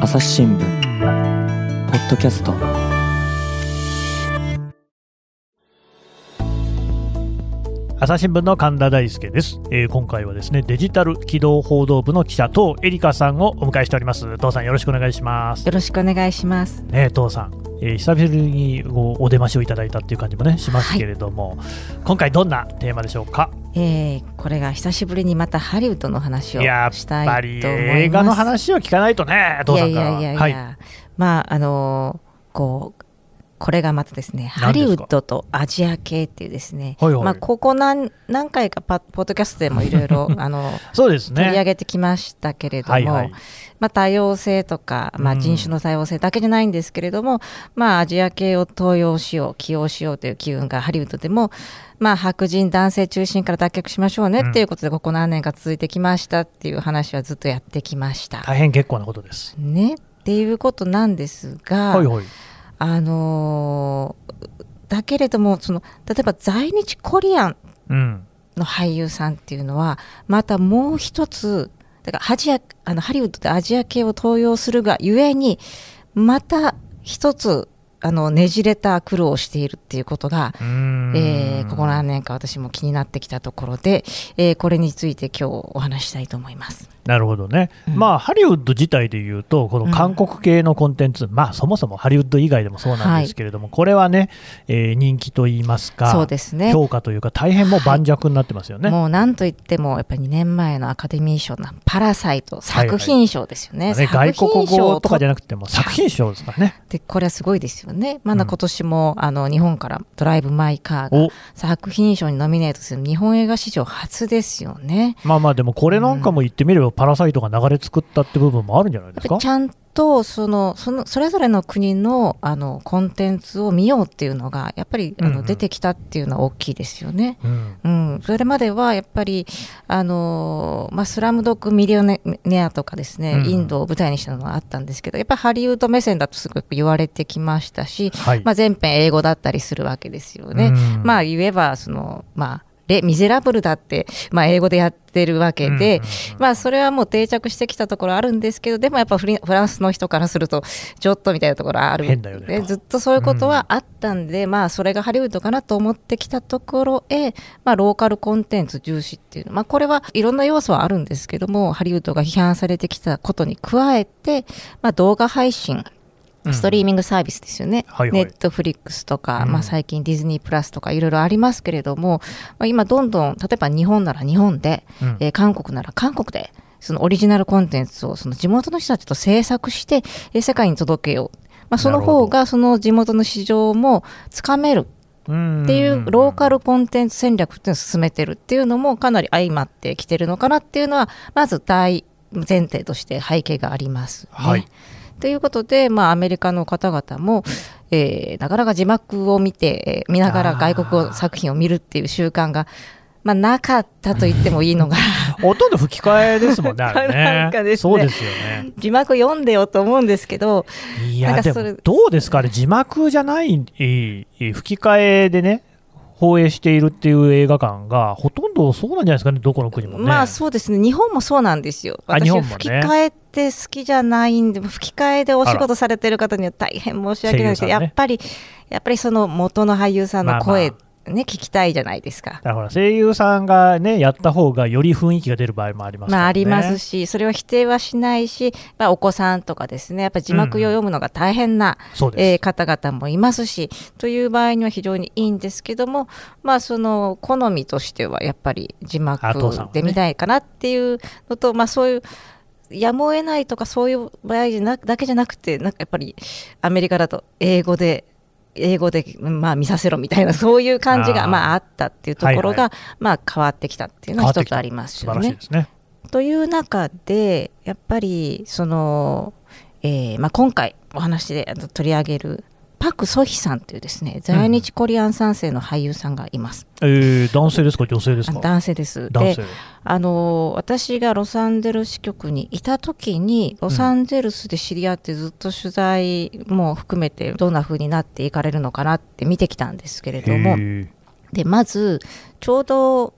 朝日新聞ポッドキャスト。 朝日新聞の神田大輔です。今回はですね、デジタル機動報道部の記者東恵梨香さんをお迎えしております。東さん、よろしくお願いします。 よろしくお願いします。 東さん、久々にお出ましをいただいたっていう感じもねしますけれども、今回どんなテーマでしょうか？ これが久しぶりにまたハリウッドの話をしたいと思います。やっぱり映画の話を聞かないとね、東さんから。 いや、まあこれがまたですね、ハリウッドとアジア系っていうですね、ここ何回かポッドキャストでもいろいろそうですね、 取り上げてきましたけれども、多様性とか、人種の多様性だけじゃないんですけれども、アジア系を登用しよう起用しようという機運がハリウッドでも、白人男性中心から脱却しましょうねっていうことで、ここ何年か続いてきましたっていう話はずっとやってきました。 大変結構なことですねっていうことなんですが、だけれども例えば在日コリアンの俳優さんっていうのはまたもう一つだからハリウッドでアジア系を登用するがゆえにまた一つねじれた苦労をしているっていうことが、ここ何年か私も気になってきたところで、これについて今日お話したいと思います。 なるほどね、ハリウッド自体でいうとこの韓国系のコンテンツ、そもそもハリウッド以外でもそうなんですけれども、これはね、人気といいますか、 そうですね、 評価というか大変もう盤石になってますよね。 もう何といってもやっぱり2年前のアカデミー賞のパラサイト作品賞ですよね、 外国語とかじゃなくても作品賞ですからね。 でこれはすごいですよね。今年も日本からドライブ・マイ・カーが作品賞にノミネートする日本映画史上初ですよね。 でもこれなんかも言ってみれば、パラサイトが流れ作ったって部分もあるんじゃないですか。 ちゃんとそれぞれの国のコンテンツを見ようっていうのがやっぱり出てきたっていうのは大きいですよね。それまではやっぱりスラムドッグミリオネアとかですね、インドを舞台にしたのがあったんですけど、やっぱりハリウッド目線だとすごく言われてきましたし、全編英語だったりするわけですよね。言えばミゼラブルだって、英語でやってるわけで、それはもう定着してきたところあるんですけど、でもやっぱフランスの人からするとちょっとみたいなところある変だよね、 ずっとそういうことはあったんで、それがハリウッドかなと思ってきたところへ、ローカルコンテンツ重視っていうの、これはいろんな要素はあるんですけども、ハリウッドが批判されてきたことに加えて、動画配信ストリーミングサービスですよね、ネットフリックスとか、最近ディズニープラスとかいろいろありますけれども、今どんどん例えば日本なら日本で、韓国なら韓国でそのオリジナルコンテンツをその地元の人たちと制作して世界に届けよう、その方がその地元の市場もつかめるっていうローカルコンテンツ戦略っていうのを進めてるっていうのもかなり相まってきてるのかなっていうのはまず大前提として背景がありますね。ということで、アメリカの方々も、なかなか字幕を見ながら外国作品を見るっていう習慣が、なかったと言ってもいいのがほとんど吹き替えですもんね、あれね。 なんかですね、 そうですよね。 字幕読んでよと思うんですけど、 でもどうですか、あれ字幕じゃない吹き替えでね放映しているっていう映画館がほとんどそうなんじゃないですかね、どこの国もね。 そうですね、日本もそうなんですよ。私は吹き替えって好きじゃないんで、吹き替えでお仕事されてる方には大変申し訳ないですけど、やっぱりその元の俳優さんの声聞きたいじゃないですか。 だから声優さんがねやった方がより雰囲気が出る場合もありますからね。 ありますし、それは否定はしないし、お子さんとかですね、やっぱ字幕を読むのが大変な、方々もいますしという場合には非常にいいんですけども、その好みとしてはやっぱり字幕で見たいかなっていうのと、そういうやむを得ないとかそういう場合だけじゃなくて、やっぱりアメリカだと英語で見させろみたいな、そういう感じがあったっていうところが、変わってきたっていうのは一つありますよね。 素晴らしいですね。 という中でやっぱり今回お話で取り上げるパク・ソヒさんというですね、在日コリアン3世の俳優さんがいます。 男性ですか女性ですか？ 男性です。で、私がロサンゼルス支局にいた時にロサンゼルスで知り合ってずっと取材も含めてどんな風になっていかれるのかなって見てきたんですけれども、 でまずちょうど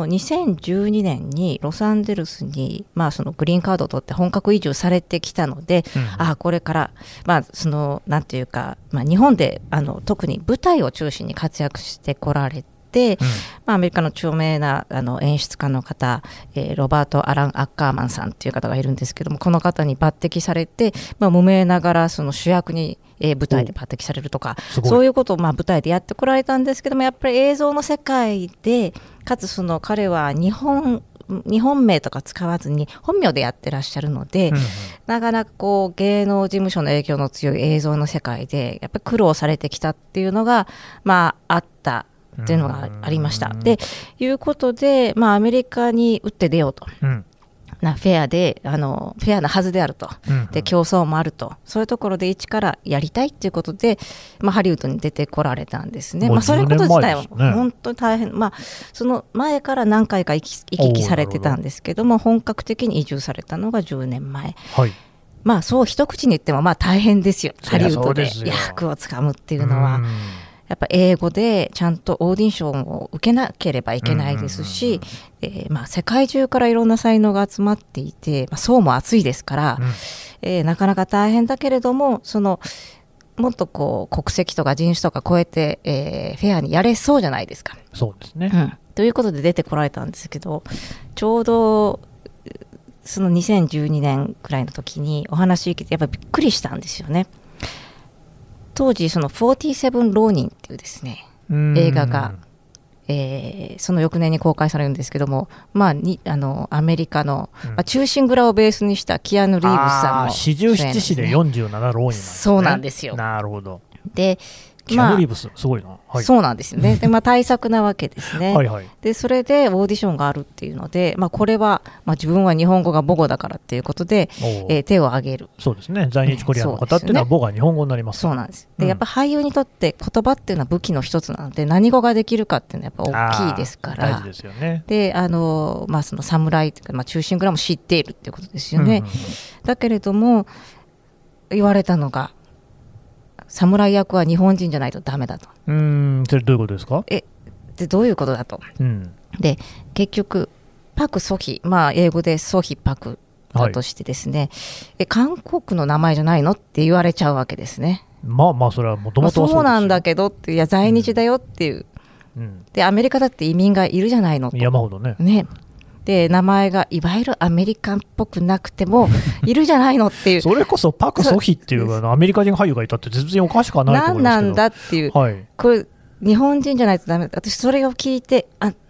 2012年にロサンゼルスに、そのグリーンカードを取って本格移住されてきたので、これから、なんていうか、日本で特に舞台を中心に活躍してこられて、アメリカの著名な演出家の方、ロバート・アラン・アッカーマンさんという方がいるんですけども、この方に抜擢されて、無名ながらその主役に舞台で抜擢されるとか、そういうことを舞台でやってこられたんですけども、やっぱり映像の世界でかつその彼は日本名とか使わずに本名でやってらっしゃるので、なかなかこう芸能事務所の影響の強い映像の世界でやっぱり苦労されてきたっていうのがあったっていうのがありました。でいうことで、アメリカに打って出ようと、フェアなはずであると、で競争もあると、そういうところで一からやりたいっていうことで、ハリウッドに出てこられたんですね。そういうこと自体は本当に大変、その前から何回か行き来されてたんですけども、本格的に移住されたのが10年前。そう一口に言っても大変ですよ、ハリウッドで役をつかむっていうのは。やっぱ英語でちゃんとオーディションを受けなければいけないですし、世界中からいろんな才能が集まっていて、層も厚いですから、なかなか大変だけれども、もっとこう国籍とか人種とか超えて、フェアにやれそうじゃないですか。 そうですね、 ということで出てこられたんですけど、ちょうどその2012年くらいの時にお話聞いてやっぱりびっくりしたんですよね。当時その47浪人っていうですね映画が、その翌年に公開されるんですけども、アメリカの、忠臣蔵をベースにしたキアヌ・リーブスさんも、 四十七士で47浪人なんですね。 そうなんですよ。 なるほど。 でキアヌ・リーブスすごいな、 そうなんですよね。で、大作なわけですね。でそれでオーディションがあるっていうので、これは、自分は日本語が母語だからっていうことで、手を挙げる。 そうですね、在日コリアンの方っていうのは母語が日本語になります。 そうなんです。でやっぱ俳優にとって言葉っていうのは武器の一つなので、何語ができるかっていうのはやっぱ大きいですから。 大事ですよね。 でその侍というか、忠臣蔵も知っているっていうことですよね。だけれども言われたのが、侍役は日本人じゃないとダメだと。 それどういうことですか？ でどういうことだと。で結局パク・ソヒ、英語でソヒ・パクだとしてですね、韓国の名前じゃないのって言われちゃうわけですね。 それはもともとそうなんだけどって、いや在日だよっていう、でアメリカだって移民がいるじゃないのと、 山ほどね。 で名前がいわゆるアメリカンっぽくなくてもいるじゃないのっていうそれこそパク・ソヒっていうアメリカ人俳優がいたって全然おかしくはないと思いますけど、 何なんだっていう、これ日本人じゃないとダメだ。私それを聞いて、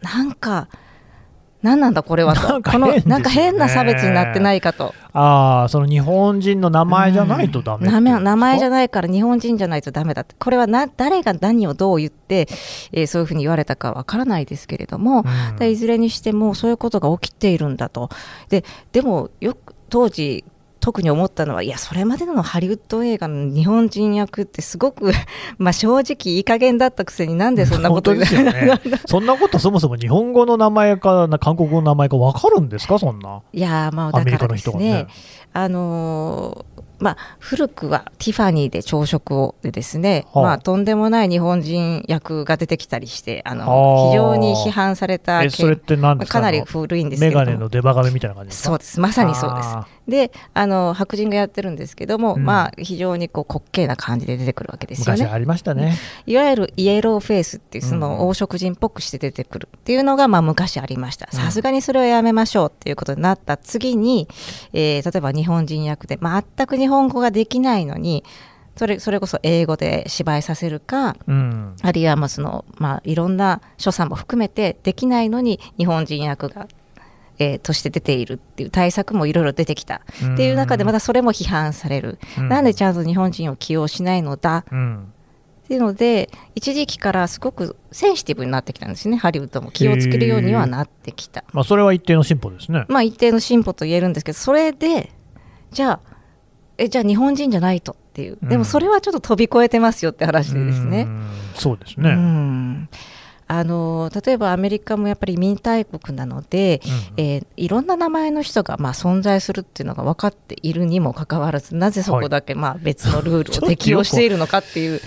何なんだこれはと、なんか変な差別になってないかと。 その日本人の名前じゃないとダメ、 名前じゃないから日本人じゃないとダメだって、これは誰が何をどう言って、そういうふうに言われたかわからないですけれども、いずれにしてもそういうことが起きているんだと。でもよく当時特に思ったのは、いやそれまでのハリウッド映画の日本人役ってすごく正直いい加減だったくせに、なんでそんなことですよねそんなことそもそも日本語の名前か韓国語の名前か分かるんですか、そんな。 いやだからですね、古くはティファニーで朝食をでですね、とんでもない日本人役が出てきたりして、非常に批判されたそれって何ですか？ かなり古いんですけども、 メガネのデバガメみたいな感じですか？ そうです、まさにそうです。で白人がやってるんですけども、非常に滑稽な感じで出てくるわけですよね。 昔ありましたね。 いわゆるイエローフェイスっていうその黄色人っぽくして出てくるっていうのが昔ありました。さすがにそれをやめましょうっていうことになった次に、例えば日本人役で全く日本語ができないのに、それこそ英語で芝居させるか、あるいはいろんな所作も含めてできないのに日本人役がとして出ているっていう対策もいろいろ出てきたっていう中で、またそれも批判される、なんでちゃんと日本人を起用しないのだ、っていうので一時期からすごくセンシティブになってきたんですね。ハリウッドも気をつけるようにはなってきた。 それは一定の進歩ですね。 一定の進歩と言えるんですけど、それでじゃあ日本人じゃないとっていう、でもそれはちょっと飛び越えてますよって話でですね。 そうですね。 例えばアメリカもやっぱり移民大国なので、いろんな名前の人が存在するっていうのが分かっているにもかかわらず、なぜそこだけ別のルールを適用しているのかっていう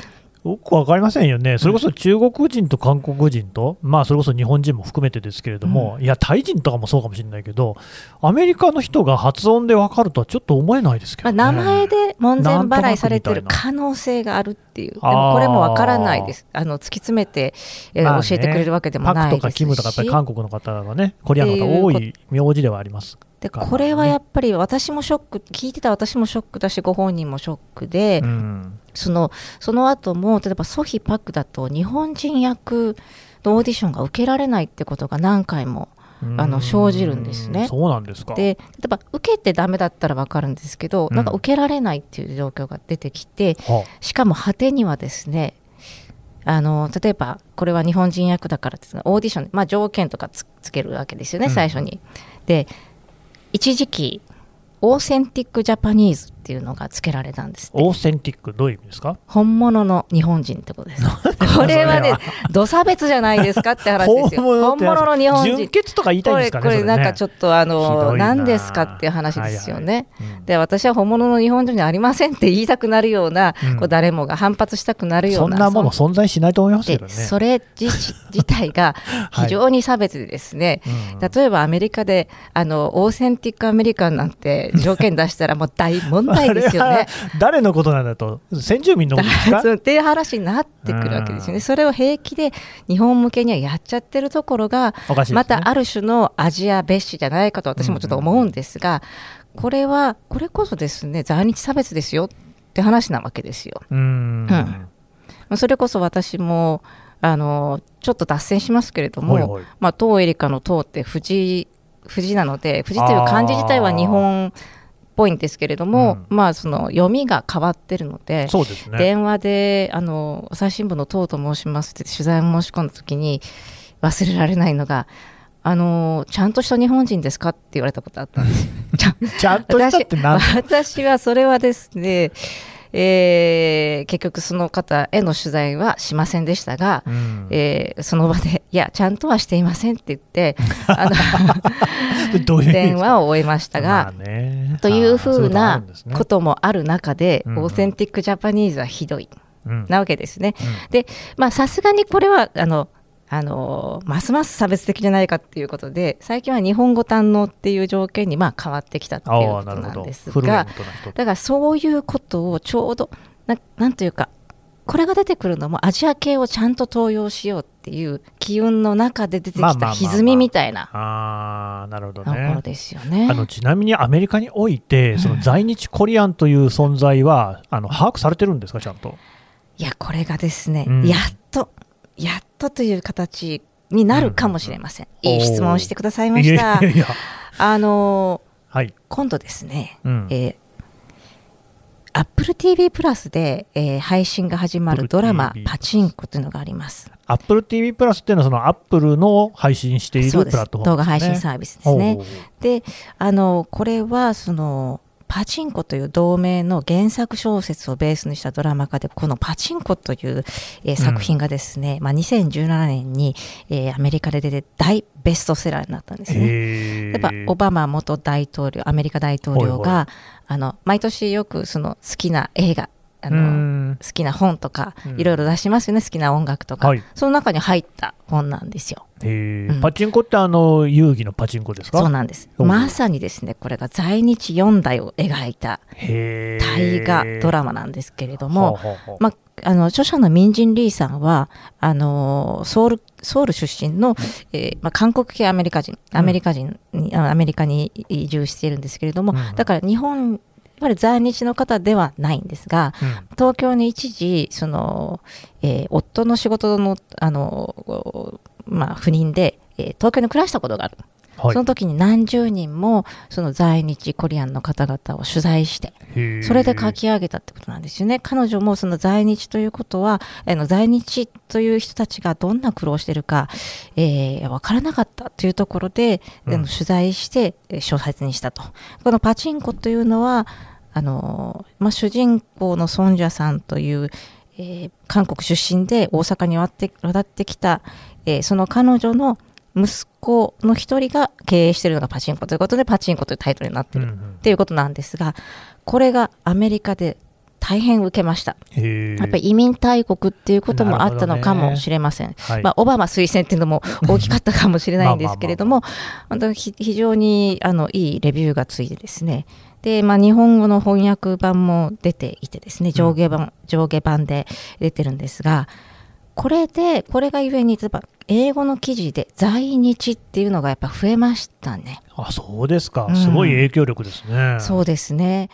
よくわかりませんよね、それこそ中国人と韓国人と、まあ、それこそ日本人も含めてですけれども、いや、タイ人とかもそうかもしれないけど、アメリカの人が発音で分かるとはちょっと思えないですけどね。 名前で門前払いされてる可能性があるっていう、でもこれも分からないです、突き詰めて、教えてくれるわけでもないですし、 パクとかキムとか、やっぱり韓国の方がね、コリアンの方多い名字ではありますで、これはやっぱり私もショック、聞いてた私もショックだし、ご本人もショックで、その後も、例えばソヒ・パクだと、日本人役のオーディションが受けられないってことが何回も生じるんですね。 そうなんですか。 で、例えば受けてダメだったら分かるんですけど、なんか受けられないっていう状況が出てきて、しかも果てにはですね、例えばこれは日本人役だからですね、オーディション、まあ、条件とか つけるわけですよね、最初に。で、一時期オーセンティックジャパニーズっていうのがつけられたんですって。 オーセンティック、どういう意味ですか？ 本物の日本人ってことです。これはね、土差別じゃないですかって話ですよ。本物の日本人。 純潔とか言いたいんですかね。 これなんかちょっと何ですかっていう話ですよね。で、私は本物の日本人じゃありませんって言いたくなるような、誰もが反発したくなるような、 そんなもの存在しないと思いますけどね。 それ自体が非常に差別でですね、例えばアメリカでオーセンティックアメリカンなんて条件出したらもう大問題ですよね。 誰のことなんだと、先住民のことですかっていう話になってくるわけですよね。それを平気で日本向けにはやっちゃってるところが、またある種のアジア蔑視じゃないかと私もちょっと思うんですが、これこそですね、在日差別ですよって話なわけですよ。それこそ私もちょっと脱線しますけれども、当エリカの当って藤なので、藤という漢字自体は日本っぽいんですけれども、その読みが変わってるので、 そうですね、 電話で朝日新聞の党と申しますって取材を申し込んだ時に忘れられないのが、ちゃんとした日本人ですかって言われたことあったんですよ。 ちゃんとしたって何？ 私はそれはですね、結局その方への取材はしませんでしたが、その場でいやちゃんとはしていませんって言って電話を終えましたが、というふうなこともある中で、オーセンティックジャパニーズはひどい、なわけですね。で、さすがにこれはますます差別的じゃないかっていうことで、最近は日本語堪能っていう条件に変わってきたっていうことなんですが、だからそういうことをちょうどなんというか、これが出てくるのもアジア系をちゃんと登用しようっていう機運の中で出てきた歪みみたいなところですよね。 ちなみにアメリカにおいて、その在日コリアンという存在は把握されてるんですか、ちゃんと？いや、 これがですね、やっとという形になるかもしれません。いい質問をしてくださいました。今度ですね、Apple TV プラスで、配信が始まるドラマパチンコというのがあります。 Apple TV プラスっていうのはその Apple の配信しているプラットフォームですね。 動画配信サービスですね。で、これはそのパチンコという同名の原作小説をベースにしたドラマ化で、このパチンコという、作品がですね、2017年に、アメリカで出て大ベストセラーになったんですね。やっぱオバマ元大統領、アメリカ大統領が毎年よくその好きな映画、好きな本とかいろいろ出しますよね、好きな音楽とか、その中に入った本なんですよ。 パチンコって遊戯のパチンコですか？ そうなんです。まさにですね、これが在日4代を描いた大河ドラマなんですけれども、著者のミンジン・リーさんはソウル出身の、韓国系アメリカ人アメリカに移住しているんですけれども、だから日本やっぱり在日の方ではないんですが、東京に一時夫の仕事の赴任で、東京に暮らしたことがある。その時に何十人もその在日コリアンの方々を取材して、それで書き上げたってことなんですよね。彼女もその在日ということは、在日という人たちがどんな苦労しているか、分からなかったというところで、取材して小説にしたと。このパチンコというのは主人公のソンジャさんという、韓国出身で大阪に渡ってきた、その彼女の息子の一人が経営しているのがパチンコということで、パチンコというタイトルになっているっていうことなんですが、これがアメリカで大変受けました。やっぱり移民大国っていうこともあったのかもしれません。 はい、 オバマ推薦っていうのも大きかったかもしれないんですけれども、非常にいいレビューがついてですね、で、日本語の翻訳版も出ていてですね、上下版で出てるんですが、これがゆえに例えば英語の記事で在日っていうのがやっぱ増えましたね。 あ、そうですか。すごい影響力ですね。 そうですね。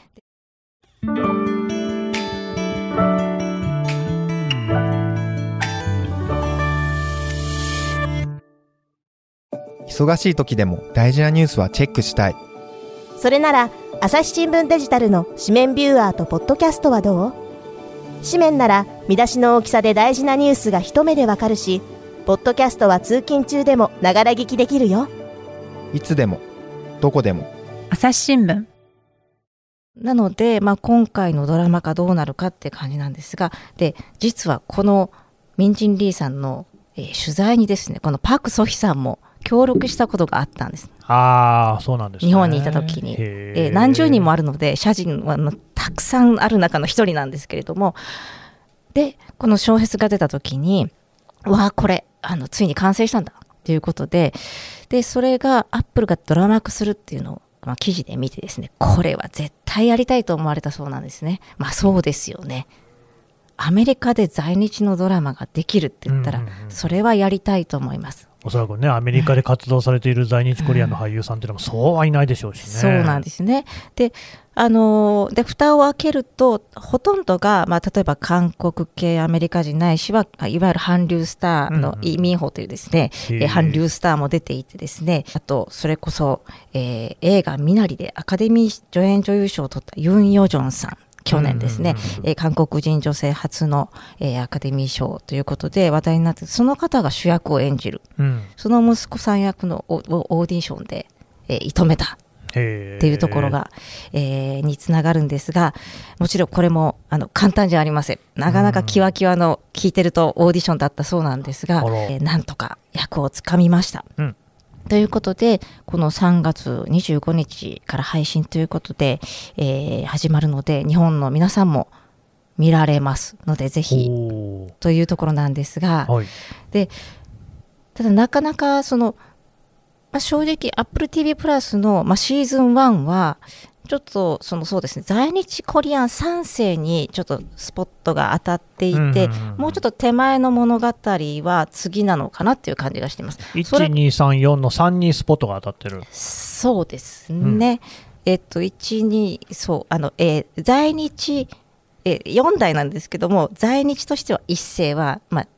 忙しい時でも大事なニュースはチェックしたい。 それなら朝日新聞デジタルの紙面ビューアーとポッドキャストはどう？紙面なら見出しの大きさで大事なニュースが一目でわかるし、ポッドキャストは通勤中でもながら聞きできるよ。 いつでもどこでも朝日新聞。 なので、今回のドラマがどうなるかって感じなんですが、で実はこのミンジン・リーさんの、取材にですね、このパク・ソヒさんも協力したことがあったんです。 ああ、そうなんですね。 日本にいた時に、何十人もあるので社人はたくさんある中の一人なんですけれども、でこの小説が出た時に、これついに完成したんだということで、それがアップルがドラマ化するっていうのを、記事で見てですね、これは絶対やりたいと思われたそうなんですね。そうですよね。アメリカで在日のドラマができるって言ったら、それはやりたいと思います。 おそらくね、アメリカで活動されている在日コリアンの俳優さんっていうのもそうはいないでしょうしね。 そうなんですね。で蓋を開けるとほとんどが、例えば韓国系アメリカ人ないしはいわゆる韓流スターのイ・ミンホというですね、韓流スターも出ていてですね、あとそれこそ、映画ミナリでアカデミー助演女優賞を取ったユン・ヨジョンさん、去年ですね、韓国人女性初の、アカデミー賞ということで話題になって、その方が主役を演じる、その息子さん役のオーディションで、射止めたっていうところが、につながるんですが、もちろんこれも簡単じゃありません。なかなかキワキワの聞いてるとオーディションだったそうなんですが、なんとか役をつかみました、ということで、この3月25日から配信ということで、始まるので、日本の皆さんも見られますので、ぜひというところなんですが、でただなかなか正直 Apple TV プラスの、シーズン1はちょっとそうですね、在日コリアン3世にちょっとスポットが当たっていて、もうちょっと手前の物語は次なのかなっていう感じがしています。 1234の3にスポットが当たってる。 そうですね、12そう在日、4代なんですけども、在日としては1世は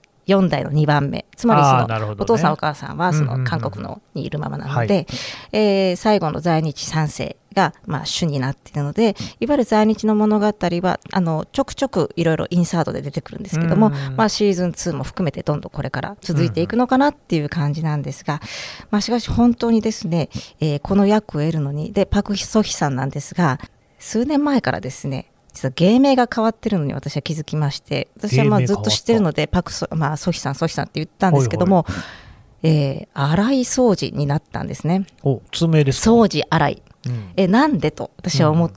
4代の2番目、つまりお父さんお母さんは韓国にいるままなので、最後の在日3世が主になっているので、いわゆる在日の物語はちょくちょくいろいろインサートで出てくるんですけども、シーズン2も含めてどんどんこれから続いていくのかなっていう感じなんですが、しかし本当にですね、この役を得るのにパク・ソヒさんなんですが、数年前からですね、実は芸名が変わってるのに私は気づきまして、私はずっと知ってるのでソヒさんって言ったんですけども、荒井宗次になったんですね。 通名ですか？ 宗次荒井、なんでと私は思って、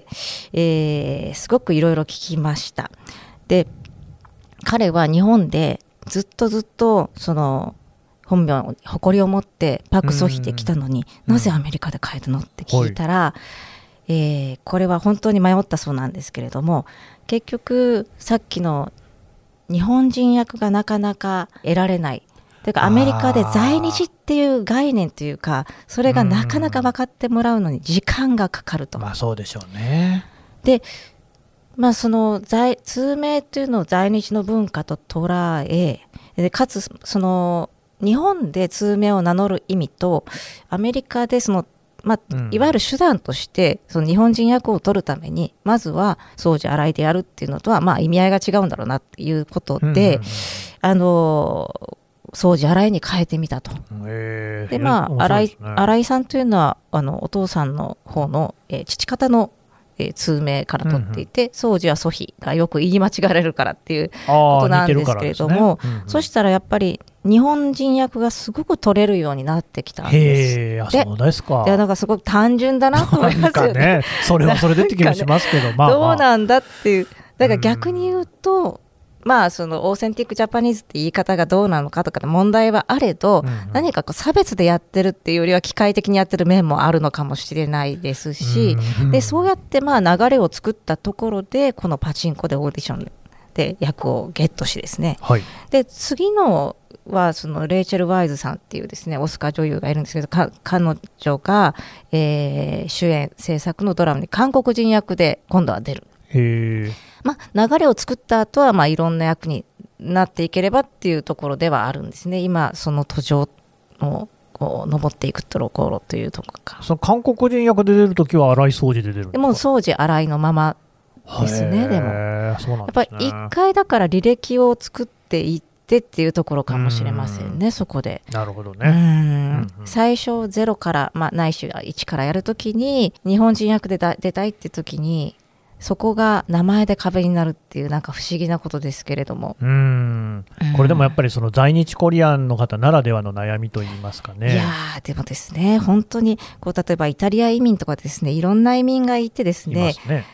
すごくいろいろ聞きました。で彼は日本でずっと本名を誇りを持ってパク・ソヒで来たのに、なぜアメリカで変えたのって聞いたら、これは本当に迷ったそうなんですけれども、結局さっきの日本人役がなかなか得られない、というかアメリカで在日っていう概念というか、それがなかなか分かってもらうのに時間がかかると。 そうでしょうね。 でその通名というのを在日の文化と捉え、でかつ日本で通名を名乗る意味とアメリカでいわゆる手段として日本人役を取るためにまずは宗次荒井でやるっていうのとは意味合いが違うんだろうなっていうことで、宗次荒井に変えてみたと。で荒井さんというのはお父さんの方の、父方の通名から取っていて、宗次は祖父がよく言い間違われるからっていうことなんですけれども、そしたらやっぱり日本人役がすごく取れるようになってきたんです。 へー、そうですか。 いや、なんかすごく単純だなと思いますよね。 それはそれでって気がしますけど、まあ、 どうなんだっていう。だから逆に言うと、まあ、そのオーセンティックジャパニーズって言い方がどうなのかとか問題はあれど、何かこう差別でやってるっていうよりは機械的にやってる面もあるのかもしれないですし、でそうやってまあ流れを作ったところでこのパチンコでオーディションで役をゲットしですね、で次のはそのレイチェル・ワイズさんっていうですねオスカー女優がいるんですけど、彼女が、主演制作のドラマに韓国人役で今度は出る。 へー、 まあ、流れを作った後はまあいろんな役になっていければっていうところではあるんですね。今その途上をこう登っていくところというところか。 その韓国人役で出るときは荒井掃除で出るんですか？ もう掃除荒井のままですね。でもそうなんですね。 やっぱり一回だから履歴を作っていってっていうところかもしれませんね。そこでなるほどね。 最初ゼロから、まあ、ないしは1からやるときに日本人役で出たいってときにそこが名前で壁になるっていうなんか不思議なことですけれども、 これでもやっぱりその在日コリアンの方ならではの悩みといいますかね。 いやでもですね、本当にこう例えばイタリア移民とかですね、いろんな移民がいてですね、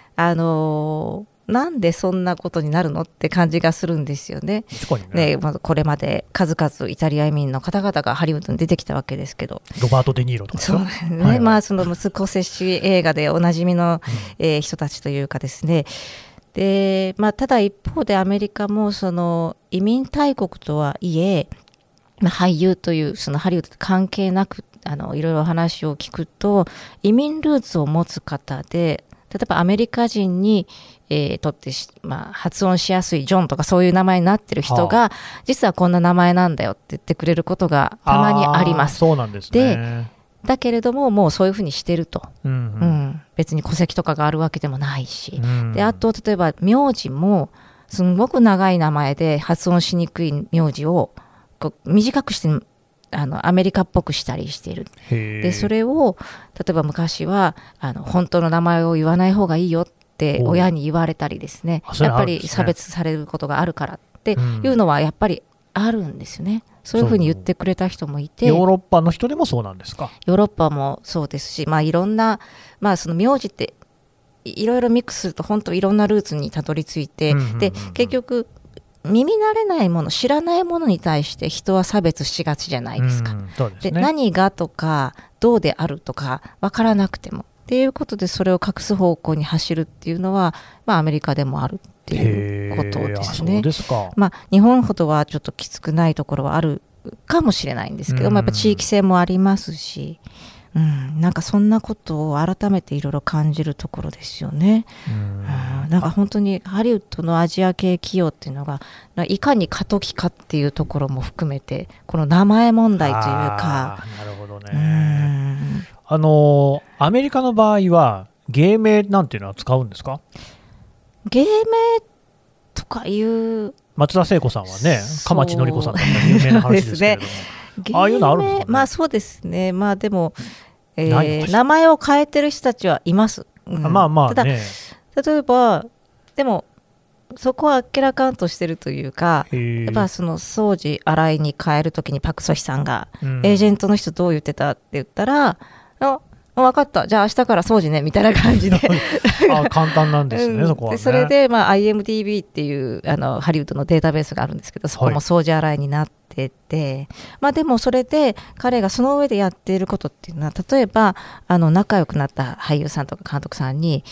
なんでそんなことになるのって感じがするんですよね。これまで数々イタリア移民の方々がハリウッドに出てきたわけですけど、 ロバート・デ・ニーロとかそうですね、まあそのスコセッシ映画でおなじみの、人たちというかですね。で、まあ、ただ一方でアメリカもその移民大国とはいえ、まあ、俳優というそのハリウッドと関係なくいろいろ話を聞くと移民ルーツを持つ方で、例えばアメリカ人に、とって、まあ、発音しやすいジョンとかそういう名前になってる人が実はこんな名前なんだよって言ってくれることがたまにあります。 そうなんですね。 だけれどももうそういうふうにしてると、別に戸籍とかがあるわけでもないし、であと例えば名字もすごく長い名前で発音しにくい名字をこう短くしてアメリカっぽくしたりしている。でそれを例えば昔は本当の名前を言わない方がいいよって親に言われたりですね、やっぱり差別されることがあるからっていうのはやっぱりあるんですよね。そういうふうに言ってくれた人もいて、 ヨーロッパの人でもそうなんですか？ ヨーロッパもそうですし、まあ、いろんな、まあ、その名字っていろいろミックスすると本当いろんなルーツにたどり着いて、で結局耳慣れないもの、知らないものに対して人は差別しがちじゃないですか。で何がとかどうであるとか分からなくてもっていうことでそれを隠す方向に走るっていうのは、まあ、アメリカでもあるっていうことですね。 そうですか。 まあ、日本ほどはちょっときつくないところはあるかもしれないんですけど、やっぱ地域性もありますし、なんかそんなことを改めていろいろ感じるところですよね。なんか本当にハリウッドのアジア系企業っていうのがいかに過渡期かっていうところも含めてこの名前問題というか。 なるほどね。アメリカの場合は芸名なんていうのは使うんですか？芸名とかいう松田聖子さんはね、蒲地のり子さんだったら有名な話ですけれども、ああいうのあるんですかね。 まあそうですね。まあでも、名前を変えてる人たちはいます。 まあまあね。 ただ例えばでもそこはあっけらかんとしてるというか、やっぱその掃除洗いに変えるときにパク・ソヒさんが、エージェントの人どう言ってたって言ったら、分かった、じゃあ明日から掃除ねみたいな感じで簡単なんですね、そこはね。 それで、まあ、IMDB っていうハリウッドのデータベースがあるんですけど、そこも掃除洗いになってて、まあ、でもそれで彼がその上でやっていることっていうのは、例えば仲良くなった俳優さんとか監督さんに、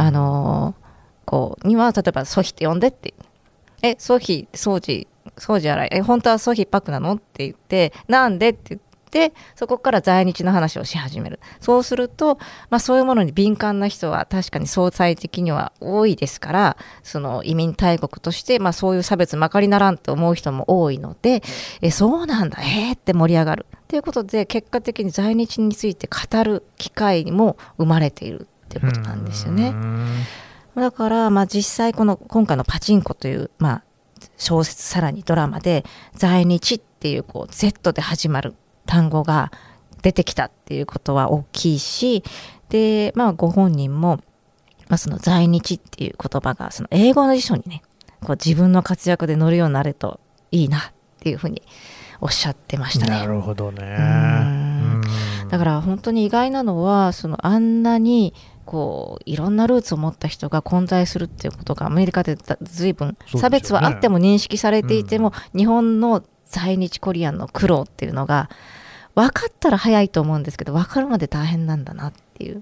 には例えばソヒって呼んでって、ソヒ掃除洗い、本当はソヒパクなのって言って、なんでって言って、でそこから在日の話をし始める。そうすると、まあ、そういうものに敏感な人は確かに相対的には多いですから、その移民大国として、まあ、そういう差別まかりならんと思う人も多いので、そうなんだって盛り上がるということで、結果的に在日について語る機会にも生まれているということなんですよね。だから、まあ、実際今回のパチンコという、まあ、小説さらにドラマで在日っていう、Z で始まる単語が出てきたっていうことは大きいし、で、まあ、ご本人も、まあ、その在日っていう言葉がその英語の辞書にね、自分の活躍で載るようになるといいなっていうふうにおっしゃってましたね。 なるほどね。 だから本当に意外なのはあんなにいろんなルーツを持った人が混在するっていうことがアメリカで随分差別はあっても認識されていても、日本の在日コリアンの苦労っていうのが分かったら早いと思うんですけど、分かるまで大変なんだなっていう。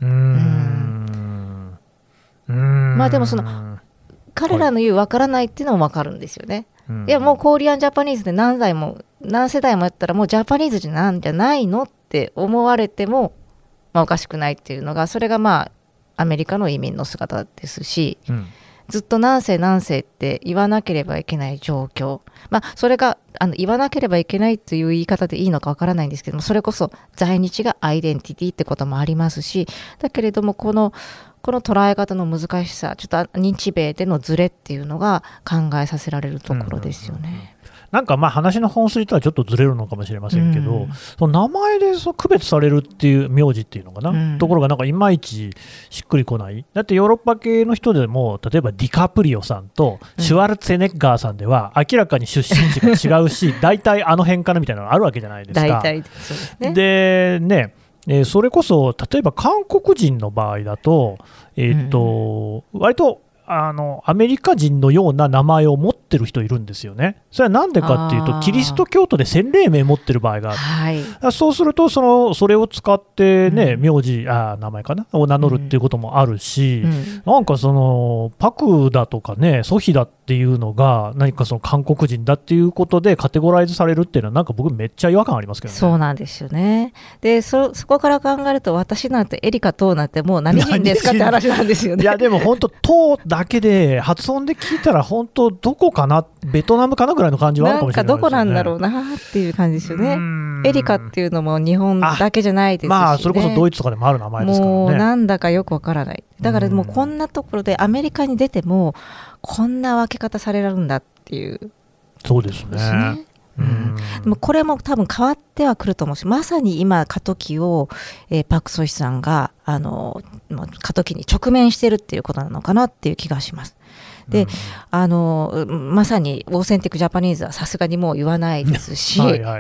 まあでも彼らの言う分からないっていうのも分かるんですよね。いやもうコリアンジャパニーズで何世代もやったらもうジャパニーズなんじゃないのって思われても、おかしくないっていうのが、それがアメリカの移民の姿ですし、ずっと何世何世って言わなければいけない状況、それが言わなければいけないという言い方でいいのかわからないんですけども、それこそ在日がアイデンティティってこともありますし、だけれどもこの捉え方の難しさ、ちょっと日米でのズレっていうのが考えさせられるところですよね。 なんか話の本筋とはちょっとずれるのかもしれませんけど、その名前で区別されるっていう名字っていうのかな、ところがなんかいまいちしっくりこない。だってヨーロッパ系の人でも例えばディカプリオさんとシュワルツェネッガーさんでは明らかに出身地が違うし大体あの辺かなみたいなのがあるわけじゃないですか。 大体そうですね。 でね、それこそ例えば韓国人の場合だと、割とアメリカ人のような名前を持ってる人いるんですよね。それはなんでかっていうと、キリスト教徒で洗礼名持ってる場合がある、そうするとそれを使ってね、名字名前かなを名乗るっていうこともあるし、なんかパクだとかね、ソヒだっていうのが何か韓国人だっていうことでカテゴライズされるっていうのはなんか僕めっちゃ違和感ありますけどね。 そうなんですよね。でそこから考えると、私なんてエリカトーなんてもう何人ですかって話なんですよね。 いやでも本当トーだけで発音で聞いたら本当どこかな、ベトナムかなぐらいの感じはあるかもしれないですよね。 なんかどこなんだろうなっていう感じですよね。エリカっていうのも日本だけじゃないですし、ね、 それこそドイツとかでもある名前ですからね。 もうなんだかよくわからない。だからもうこんなところでアメリカに出てもこんな分け方されるんだっていう。 そうですね。 でもこれも多分変わってはくると思うし、まさに今過渡期を、パク・ソヒさんが過渡期に直面してるっていうことなのかなっていう気がします。で、まさにオーセンティックジャパニーズはさすがにもう言わないですし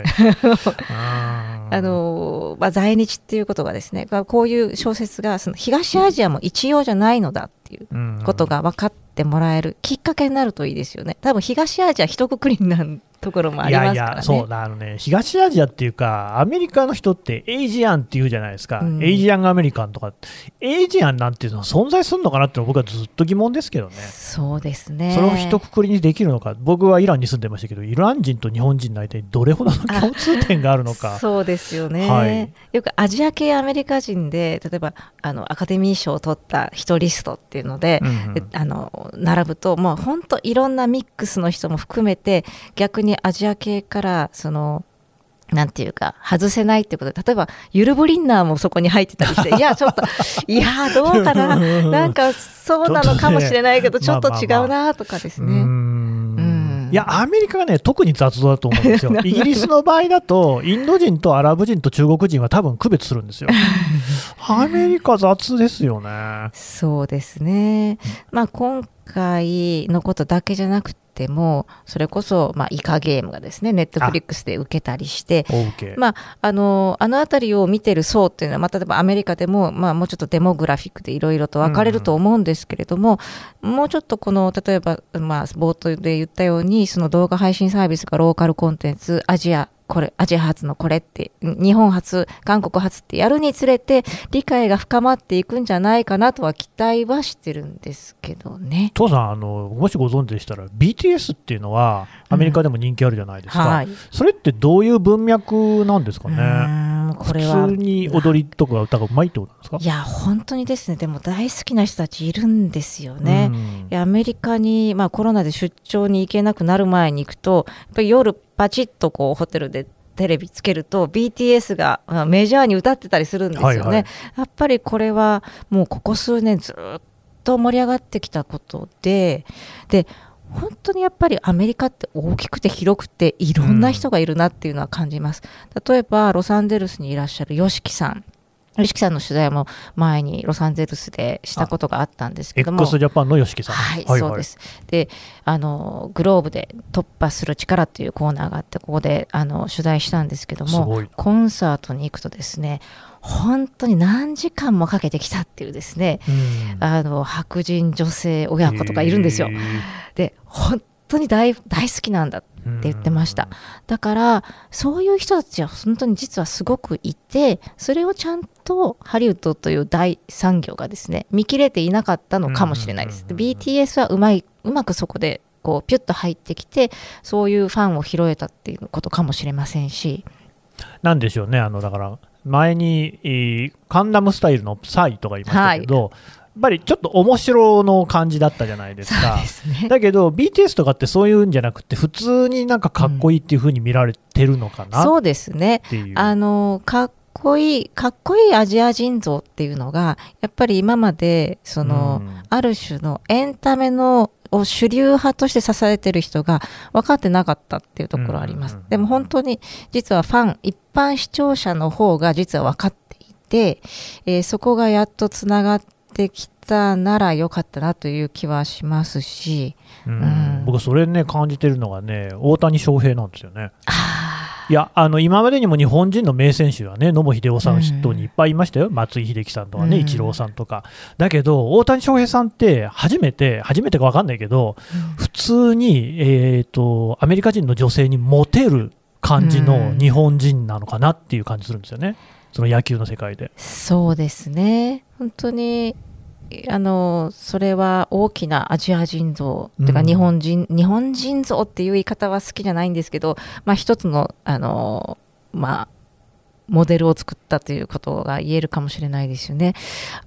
在日っていうことがですね、こういう小説が東アジアも一様じゃないのだっていうことが分かってもらえるきっかけになるといいですよね。多分東アジア一括りになるところもありますからね。 そう東アジアっていうかアメリカの人ってエイジアンっていうじゃないですか、エイジアンアメリカンとか。エイジアンなんていうのは存在するのかなって僕はずっと疑問ですけどね。 そうですね。 それを一括りにできるのか。僕はイランに住んでましたけど、イラン人と日本人の間にどれほどの共通点があるのか。 そうですよね、よくアジア系アメリカ人で例えばアカデミー賞を取った人リストっていうので、並ぶともう本当いろんなミックスの人も含めて、逆にアジア系からなんていうか外せないってことで、例えばユル・ブリンナーもそこに入ってたりしていやちょっとどうかななんかそうなのかもしれないけどちょっと違うなとかですね。 いやアメリカがね特に雑だと思うんですよ。イギリスの場合だとインド人とアラブ人と中国人は多分区別するんですよ。アメリカ雑ですよね。 そうですね。今回のことだけじゃなくても、それこそイカゲームがですねネットフリックスで受けたりして、あの辺りを見てる層っていうのは、例えばアメリカでも、もうちょっとデモグラフィックでいろいろと分かれると思うんですけれども、もうちょっと例えば、冒頭で言ったようにその動画配信サービスがローカルコンテンツアジア発のこれって日本発韓国発ってやるにつれて理解が深まっていくんじゃないかなとは期待はしてるんですけどね。 父さんもしご存知でしたら BTS っていうのはアメリカでも人気あるじゃないですか、それってどういう文脈なんですかね。これは普通に踊りとか歌がうまいってことなんですか。 いや本当にですね、でも大好きな人たちいるんですよね。アメリカに、コロナで出張に行けなくなる前に行くとやっぱり夜パチッとホテルでテレビつけると BTS がメジャーに歌ってたりするんですよね。やっぱりこれはもうここ数年ずっと盛り上がってきたことで本当にやっぱりアメリカって大きくて広くていろんな人がいるなっていうのは感じます。例えばロサンゼルスにいらっしゃる YOSHIKI さん吉木さんの取材も前にロサンゼルスでしたことがあったんですけども、 x ジャパンの吉木さん、 はい、そうです。でグローブで突破する力というコーナーがあって、ここで取材したんですけども、コンサートに行くとですね、本当に何時間もかけてきたっていうですね、白人女性親子とかいるんですよ。で本当に大好きなんだって言ってました。だからそういう人たちは本当に実はすごくいて、それをちゃんとハリウッドという大産業がですね見切れていなかったのかもしれないです。で BTS はうまくそこでこうピュッと入ってきて、そういうファンを拾えたっていうことかもしれませんし、 なんでしょうね、だから前にカンナムスタイルのサイとか言いましたけど、やっぱりちょっと面白の感じだったじゃないですか。 そうですね。 だけど BTS とかってそういうんじゃなくて、普通になんかかっこいいっていう風に見られてるのかな、 そうですね。かっこいいアジア人像っていうのがやっぱり今まである種のエンタメのを主流派として支えてる人が分かってなかったっていうところあります。でも本当に実は一般視聴者の方が実は分かっていて、そこがやっとつながってきたなら良かったなという気はしますし、 僕それね感じてるのがね、大谷翔平なんですよね。いや今までにも日本人の名選手はね、野茂英雄さん筆頭にいっぱいいましたよ。松井秀喜さんとかね、イチローさんとか。だけど大谷翔平さんって初めてか分かんないけど、普通に、アメリカ人の女性にモテる感じの日本人なのかなっていう感じするんですよね、その野球の世界で。 そうですね、本当にそれは大きなアジア人像というか、日本人像っていう言い方は好きじゃないんですけど、一つのモデルを作ったということが言えるかもしれないですよね。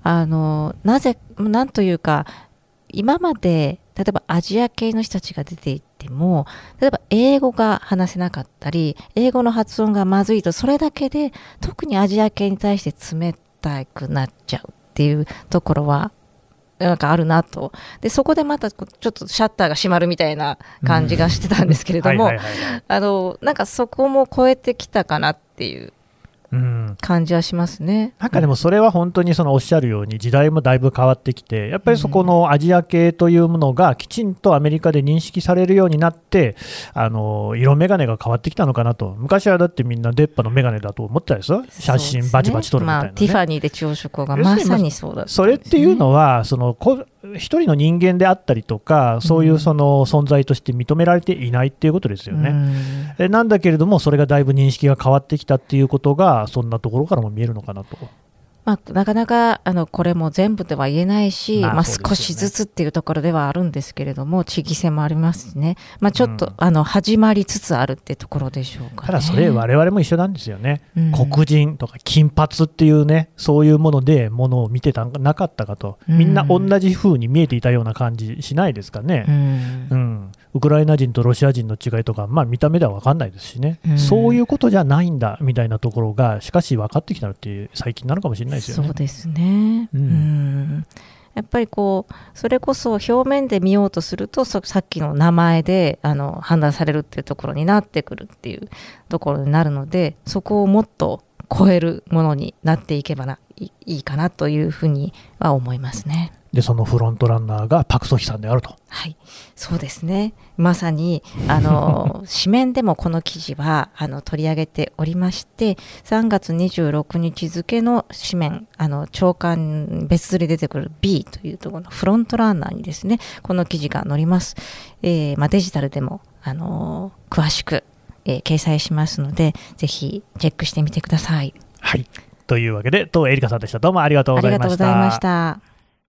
なんというか、今まで例えばアジア系の人たちが出ていっても、例えば英語が話せなかったり、英語の発音がまずいと、それだけで特にアジア系に対して冷たくなっちゃうっていうところはなんかあるなと。でそこでまたちょっとシャッターが閉まるみたいな感じがしてたんですけれども、なんかそこも超えてきたかなっていう感じはしますね。 なんかでもそれは本当におっしゃるように時代もだいぶ変わってきて、やっぱりそこのアジア系というものがきちんとアメリカで認識されるようになって、色眼鏡が変わってきたのかなと。昔はだってみんな出っ歯の眼鏡だと思ってたですよ。写真バチバチ撮るみたいな、ね。 ティファニーで朝食がまさにそうだったんですね。 それっていうのは一人の人間であったりとか、そういう存在として認められていないっていうことですよね。なんだけれども、それがだいぶ認識が変わってきたっていうことが、そんなところからも見えるのかなと。 なかなかこれも全部では言えないし、少しずつっていうところではあるんですけれども、地域性もありますしね、ちょっと始まりつつあるっていうところでしょうかね。 ただそれ我々も一緒なんですよね、黒人とか金髪っていうね、そういうものでものを見てなかったかと、みんな同じ風に見えていたような感じしないですかね。ウクライナ人とロシア人の違いとか、見た目では分かんないですしね、そういうことじゃないんだみたいなところがしかし分かってきたのって最近なのかもしれないですよね。 そうですね、やっぱりそれこそ表面で見ようとすると、さっきの名前で判断されるっていうところになってくるっていうところになるので、そこをもっと超えるものになっていけばいいかなというふうには思いますね。 でそのフロントランナーがパク・ソヒさんであると。 はい、そうですね。まさに紙面でもこの記事は取り上げておりまして、3月26日付の紙面、朝刊別釣り出てくる B というところのフロントランナーにですね、この記事が載ります。デジタルでも詳しく、掲載しますので、ぜひチェックしてみてください。 はい、というわけで当エリカさんでした。どうもありがとうございました。 ありがとうございました。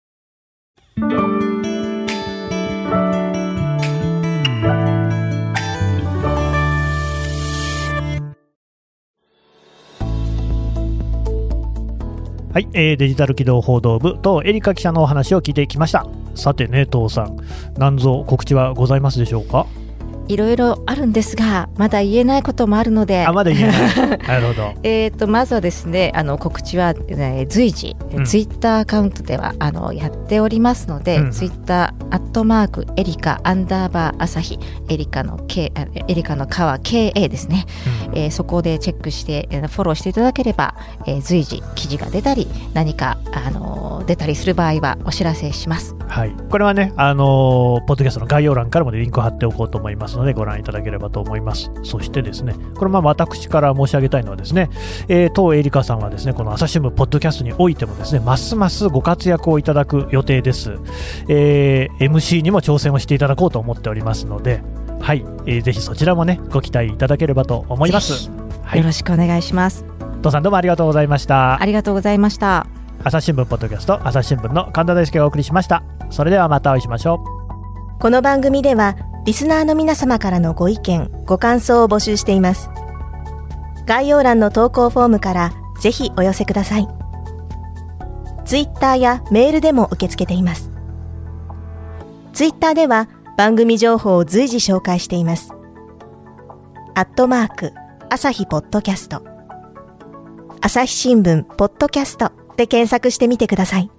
はい、デジタル機動報道部とエリカ記者のお話を聞いてきました。さてね、父さん、何ぞ告知はございますでしょうか？ いろいろあるんですが、まだ言えないこともあるので、 まだ言えないなるほどまずはですね、告知は、随時、ツイッターアカウントではやっておりますので、ツイッターエリカ_朝日、エリカの川 KA ですね、そこでチェックしてフォローしていただければ、随時記事が出たり何か出たりする場合はお知らせします。 はい、これはね、ポッドキャストの概要欄からもリンク貼っておこうと思いますので、ご覧いただければと思います。そしてですね、これ私から申し上げたいのはですね、当エリカさんはですね、この朝日新聞ポッドキャストにおいてもですね、ますますご活躍をいただく予定です。MC にも挑戦をしていただこうと思っておりますので、はい、ぜひそちらもね、ご期待いただければと思います。はい、 よろしくお願いします。 父さんどうもありがとうございました。 ありがとうございました。 朝日新聞ポッドキャスト、朝日新聞の神田大輔がお送りしました。それではまたお会いしましょう。この番組ではリスナーの皆様からのご意見ご感想を募集しています。概要欄の投稿フォームからぜひお寄せください。ツイッターやメールでも受け付けています。ツイッターでは番組情報を随時紹介しています。@朝日ポッドキャスト、朝日新聞ポッドキャストで検索してみてください。